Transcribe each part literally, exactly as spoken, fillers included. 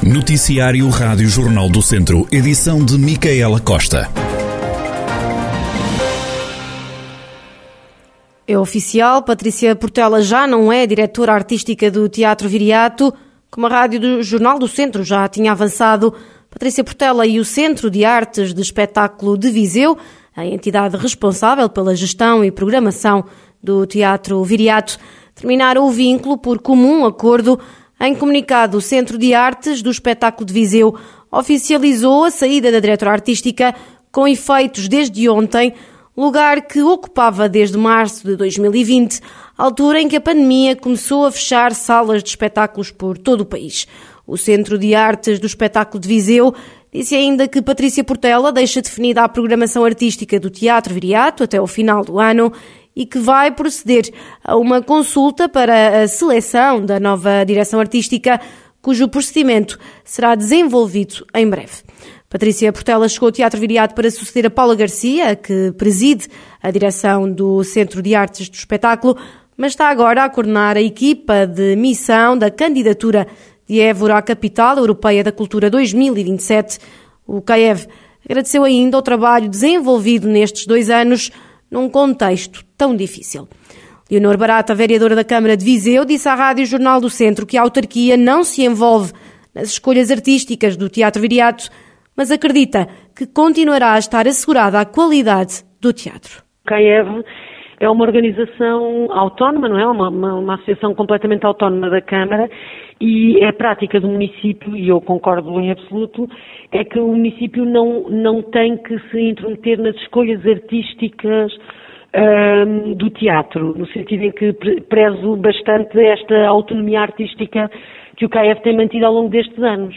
Noticiário Rádio Jornal do Centro, edição de Micaela Costa. É oficial, Patrícia Portela já não é diretora artística do Teatro Viriato. Como a Rádio do Jornal do Centro já tinha avançado, Patrícia Portela e o Centro de Artes de Espetáculo de Viseu, a entidade responsável pela gestão e programação do Teatro Viriato, terminaram o vínculo por comum acordo. Em comunicado, o Centro de Artes do Espetáculo de Viseu oficializou a saída da diretora artística com efeitos desde ontem, lugar que ocupava desde março de dois mil e vinte, altura em que a pandemia começou a fechar salas de espetáculos por todo o país. O Centro de Artes do Espetáculo de Viseu disse ainda que Patrícia Portela deixa definida a programação artística do Teatro Viriato até o final do ano e que vai proceder a uma consulta para a seleção da nova direção artística, cujo procedimento será desenvolvido em breve. Patrícia Portela chegou ao Teatro Viriato para suceder a Paula Garcia, que preside a direção do Centro de Artes do Espetáculo, mas está agora a coordenar a equipa de missão da candidatura de Évora à Capital Europeia da Cultura dois mil e vinte e sete. O CAEV agradeceu ainda o trabalho desenvolvido nestes dois anos num contexto tão difícil. Leonor Barata, vereadora da Câmara de Viseu, disse à Rádio Jornal do Centro que a autarquia não se envolve nas escolhas artísticas do Teatro Viriato, mas acredita que continuará a estar assegurada a qualidade do teatro. O CAEV é uma organização autónoma, não é? Uma, uma, uma associação completamente autónoma da Câmara, e é prática do município, e eu concordo em absoluto, é que o município não, não tem que se intrometer nas escolhas artísticas hum, do teatro, no sentido em que prezo bastante esta autonomia artística que o CAEV tem mantido ao longo destes anos.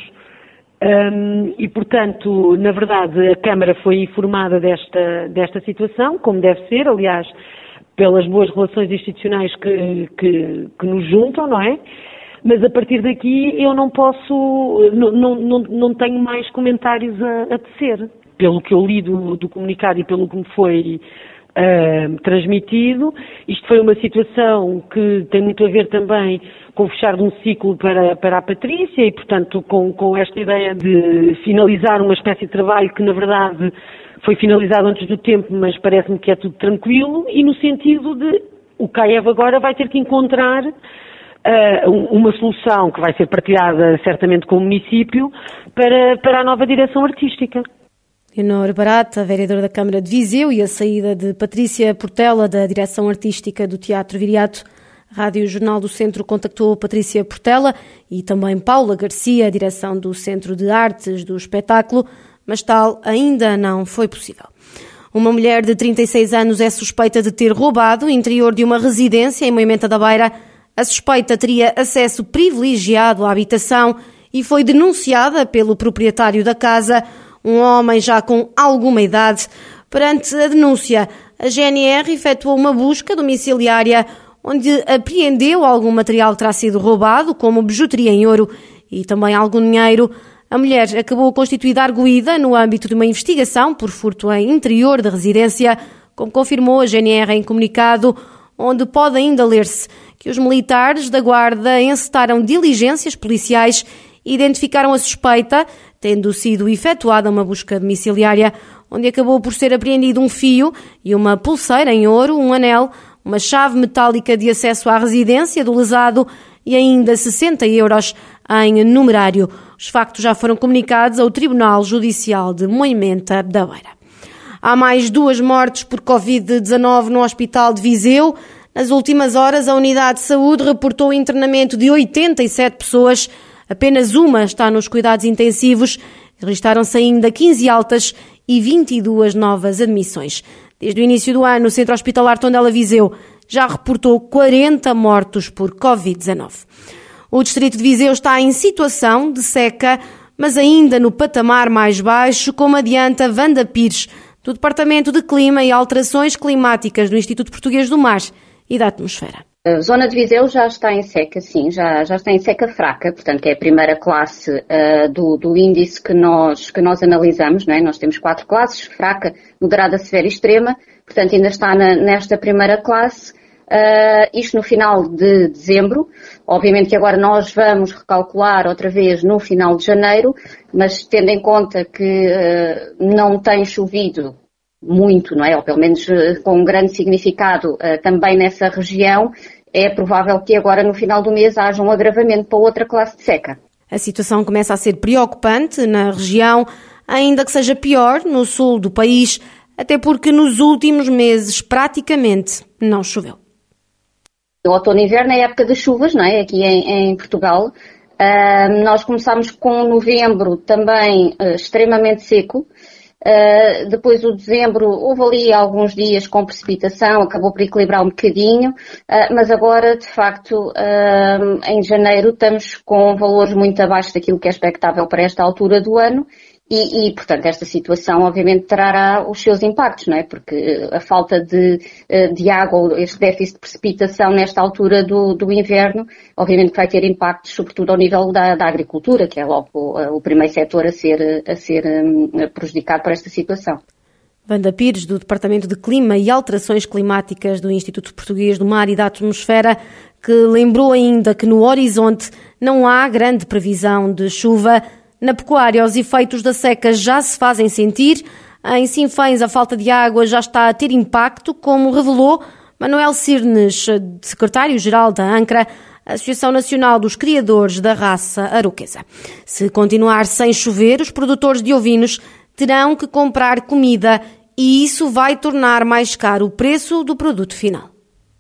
Um, e, portanto, na verdade, a Câmara foi informada desta, desta situação, como deve ser, aliás, pelas boas relações institucionais que, que, que nos juntam, não é? Mas a partir daqui eu não posso, não, não, não tenho mais comentários a, a tecer. Pelo que eu li do, do comunicado e pelo que me foi uh, transmitido, isto foi uma situação que tem muito a ver também com o fechar de um ciclo para, para a Patrícia e, portanto, com, com esta ideia de finalizar uma espécie de trabalho que, na verdade, foi finalizado antes do tempo, mas parece-me que é tudo tranquilo, e no sentido de o CAEV agora vai ter que encontrar uh, uma solução que vai ser partilhada certamente com o município para, para a nova direção artística. Leonor Barata, vereadora da Câmara de Viseu, e a saída de Patrícia Portela da direção artística do Teatro Viriato. A Rádio Jornal do Centro contactou Patrícia Portela e também Paula Garcia, a direção do Centro de Artes do Espetáculo, mas tal ainda não foi possível. Uma mulher de trinta e seis anos é suspeita de ter roubado o interior de uma residência em Moimenta da Beira. A suspeita teria acesso privilegiado à habitação e foi denunciada pelo proprietário da casa, um homem já com alguma idade. Perante a denúncia, a G N R efetuou uma busca domiciliária onde apreendeu algum material que terá sido roubado, como bijuteria em ouro e também algum dinheiro. A mulher acabou constituída arguída no âmbito de uma investigação por furto em interior da residência, como confirmou a G N R em comunicado, onde pode ainda ler-se que os militares da Guarda encetaram diligências policiais e identificaram a suspeita, tendo sido efetuada uma busca domiciliária, onde acabou por ser apreendido um fio e uma pulseira em ouro, um anel, uma chave metálica de acesso à residência do lesado e ainda sessenta euros em numerário. Os factos já foram comunicados ao Tribunal Judicial de Moimenta da Beira. Há mais duas mortes por covid dezanove no Hospital de Viseu. Nas últimas horas, a Unidade de Saúde reportou o internamento de oitenta e sete pessoas. Apenas uma está nos cuidados intensivos. Registaram-se ainda quinze altas e vinte e duas novas admissões. Desde o início do ano, o Centro Hospitalar Tondela Viseu já reportou quarenta mortos por covid dezanove. O Distrito de Viseu está em situação de seca, mas ainda no patamar mais baixo, como adianta Wanda Pires, do Departamento de Clima e Alterações Climáticas do Instituto Português do Mar e da Atmosfera. A zona de Viseu já está em seca, sim, já, já está em seca fraca, portanto que é a primeira classe uh, do, do índice que nós, que nós analisamos, não é? Nós temos quatro classes, fraca, moderada, severa e extrema, portanto ainda está na, nesta primeira classe. Uh, isto no final de dezembro. Obviamente que agora nós vamos recalcular outra vez no final de janeiro, mas tendo em conta que uh, não tem chovido muito, não é? Ou pelo menos uh, com um grande significado uh, também nessa região, é provável que agora no final do mês haja um agravamento para outra classe de seca. A situação começa a ser preocupante na região, ainda que seja pior no sul do país, até porque nos últimos meses praticamente não choveu. O outono e inverno é a época das chuvas, não é? Aqui em, em Portugal. Uh, nós começámos com novembro também uh, extremamente seco. Uh, depois o dezembro houve ali alguns dias com precipitação, acabou por equilibrar um bocadinho, uh, mas agora de facto uh, em janeiro estamos com valores muito abaixo daquilo que é expectável para esta altura do ano. E, e, portanto, esta situação, obviamente, trará os seus impactos, não é? Porque a falta de, de água, este déficit de precipitação nesta altura do, do inverno, obviamente vai ter impactos, sobretudo ao nível da, da agricultura, que é logo o, o primeiro setor a ser, a ser um, prejudicado por esta situação. Wanda Pires, do Departamento de Clima e Alterações Climáticas do Instituto Português do Mar e da Atmosfera, que lembrou ainda que no horizonte não há grande previsão de chuva. Na pecuária, os efeitos da seca já se fazem sentir. Em Sinfãs, a falta de água já está a ter impacto, como revelou Manuel Cirnes, secretário-geral da ANCRA, Associação Nacional dos Criadores da Raça Aroquesa. Se continuar sem chover, os produtores de ovinos terão que comprar comida e isso vai tornar mais caro o preço do produto final.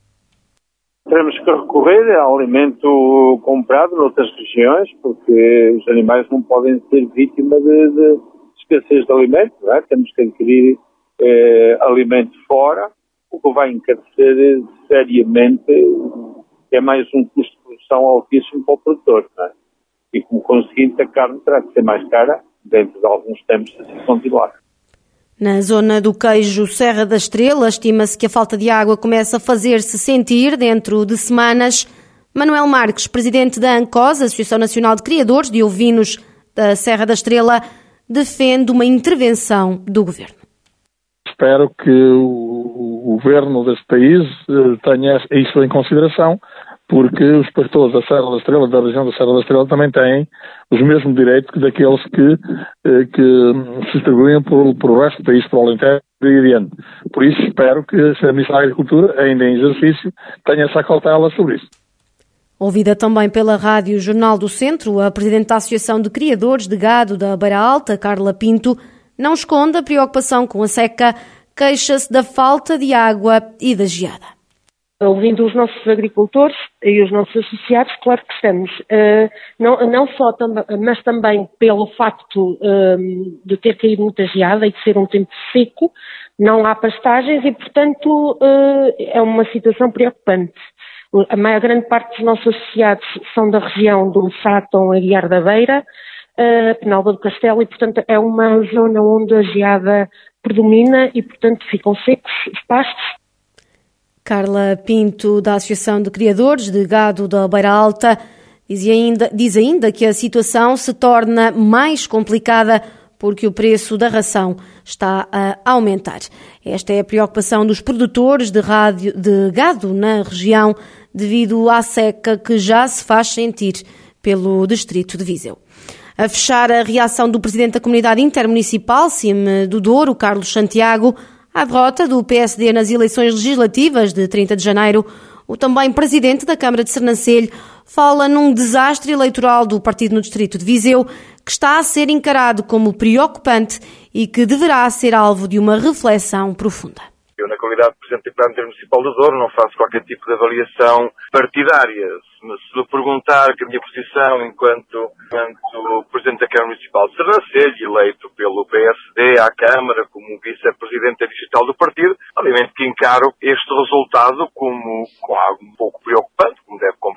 Teremos que recorrer a alimento comprado noutras regiões, porque os animais não podem ser vítima de, de escassez de alimento, não é? Temos que adquirir eh, alimento fora, o que vai encarecer seriamente, é mais um custo de produção altíssimo para o produtor, não é? E como conseguinte a carne terá que ser mais cara dentro de alguns tempos se assim continuar. Na zona do queijo Serra da Estrela, estima-se que a falta de água começa a fazer-se sentir dentro de semanas. Manuel Marques, presidente da ANCOS, Associação Nacional de Criadores de Ovinos da Serra da Estrela, defende uma intervenção do governo. Espero que o governo deste país tenha isso em consideração, porque os pastores da Serra da Estrela, da região da Serra da Estrela, também têm os mesmos direitos que daqueles que, que se distribuem por, por o resto do país, por Alentejo e adiante. Por isso espero que a Ministra da Agricultura, ainda em exercício, tenha essa cautela sobre isso. Ouvida também pela Rádio Jornal do Centro, a Presidente da Associação de Criadores de Gado da Beira Alta, Carla Pinto, não esconde a preocupação com a seca, queixa-se da falta de água e da geada. Ouvindo os nossos agricultores e os nossos associados, claro que estamos, uh, não, não só, tam- mas também pelo facto uh, de ter caído muita geada e de ser um tempo seco, não há pastagens e, portanto, uh, é uma situação preocupante. A maior grande parte dos nossos associados são da região do Sátão, Aguiar da Beira, uh, Penalva do Castelo, e, portanto, é uma zona onde a geada predomina e, portanto, ficam secos os pastos. Carla Pinto, da Associação de Criadores de Gado da Beira Alta, diz ainda, diz ainda que a situação se torna mais complicada porque o preço da ração está a aumentar. Esta é a preocupação dos produtores de, rádio, de gado na região devido à seca que já se faz sentir pelo distrito de Viseu. A fechar a reação do presidente da Comunidade Intermunicipal, C I M do Douro, Carlos Santiago, à derrota do P S D nas eleições legislativas de trinta de janeiro, o também presidente da Câmara de Sernancelho fala num desastre eleitoral do partido no distrito de Viseu que está a ser encarado como preocupante e que deverá ser alvo de uma reflexão profunda. Eu, na qualidade de Presidente da Câmara Intermunicipal do Douro, não faço qualquer tipo de avaliação partidária. Se me, se me perguntar que a minha posição enquanto, enquanto Presidente da Câmara Municipal de Sernancelho, eleito pelo P S D à Câmara como Vice-Presidente Digital do partido, obviamente que encaro este resultado como, como algo um pouco preocupante, como deve compreender.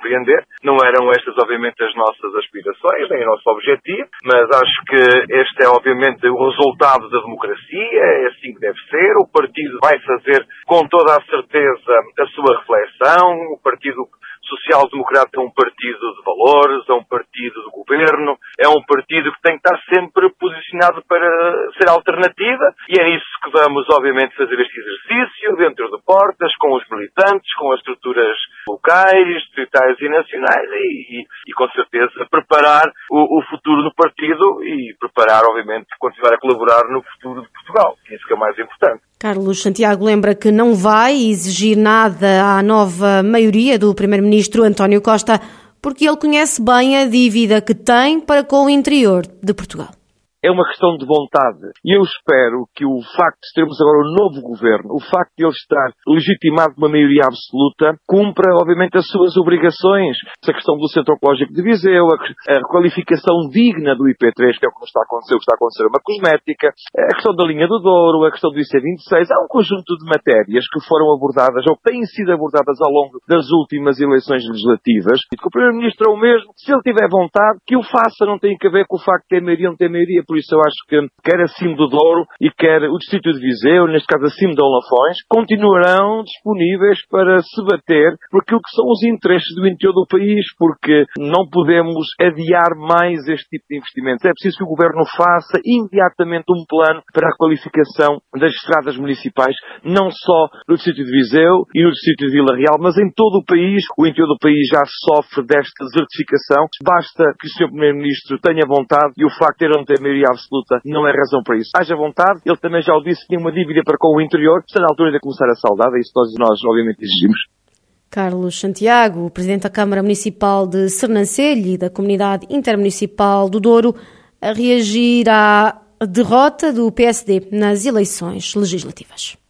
compreender. Não eram estas, obviamente, as nossas aspirações, nem o nosso objetivo, mas acho que este é, obviamente, o resultado da democracia, é assim que deve ser. O partido vai fazer, com toda a certeza, a sua reflexão. O Partido Social Democrata é um partido de valores, é um partido de governo, é um partido que tem que estar sempre posicionado para ser alternativa, e é nisso que vamos, obviamente, fazer este exercício, dentro de portas, com os militantes, com as estruturas locais, distritais e nacionais, e, e, e com certeza preparar o, o futuro do partido e preparar, obviamente, continuar a colaborar no futuro de Portugal, que é isso que é o mais importante. Carlos Santiago lembra que não vai exigir nada à nova maioria do primeiro-ministro António Costa, porque ele conhece bem a dívida que tem para com o interior de Portugal. É uma questão de vontade. E eu espero que o facto de termos agora um novo governo, o facto de ele estar legitimado por uma maioria absoluta, cumpra, obviamente, as suas obrigações. Essa questão do Centro Oncológico de Viseu, a qualificação digna do I P três, que é o que está a acontecer, o que está a acontecer uma cosmética, a questão da linha do Douro, a questão do I C vinte e seis. Há um conjunto de matérias que foram abordadas, ou que têm sido abordadas ao longo das últimas eleições legislativas. E que o Primeiro-Ministro é o mesmo. Se ele tiver vontade, que o faça. Não tem a ver com o facto de ter maioria ou não ter maioria. Por isso eu acho que quer acima do Douro e quer o Distrito de Viseu, neste caso acima de Olafões, continuarão disponíveis para se bater por aquilo que são os interesses do interior do país, porque não podemos adiar mais este tipo de investimentos. É preciso que o Governo faça imediatamente um plano para a qualificação das estradas municipais, não só no Distrito de Viseu e no Distrito de Vila Real, mas em todo o país. O interior do país já sofre desta desertificação. Basta que o senhor Primeiro-Ministro tenha vontade, e o facto de ele não ter maioria absoluta não é razão para isso. Haja vontade, ele também já o disse, tinha uma dívida para com o interior, está na altura de começar a saldar, é isso que nós obviamente exigimos. Carlos Santiago, Presidente da Câmara Municipal de Sernancelho e da Comunidade Intermunicipal do Douro, a reagir à derrota do P S D nas eleições legislativas.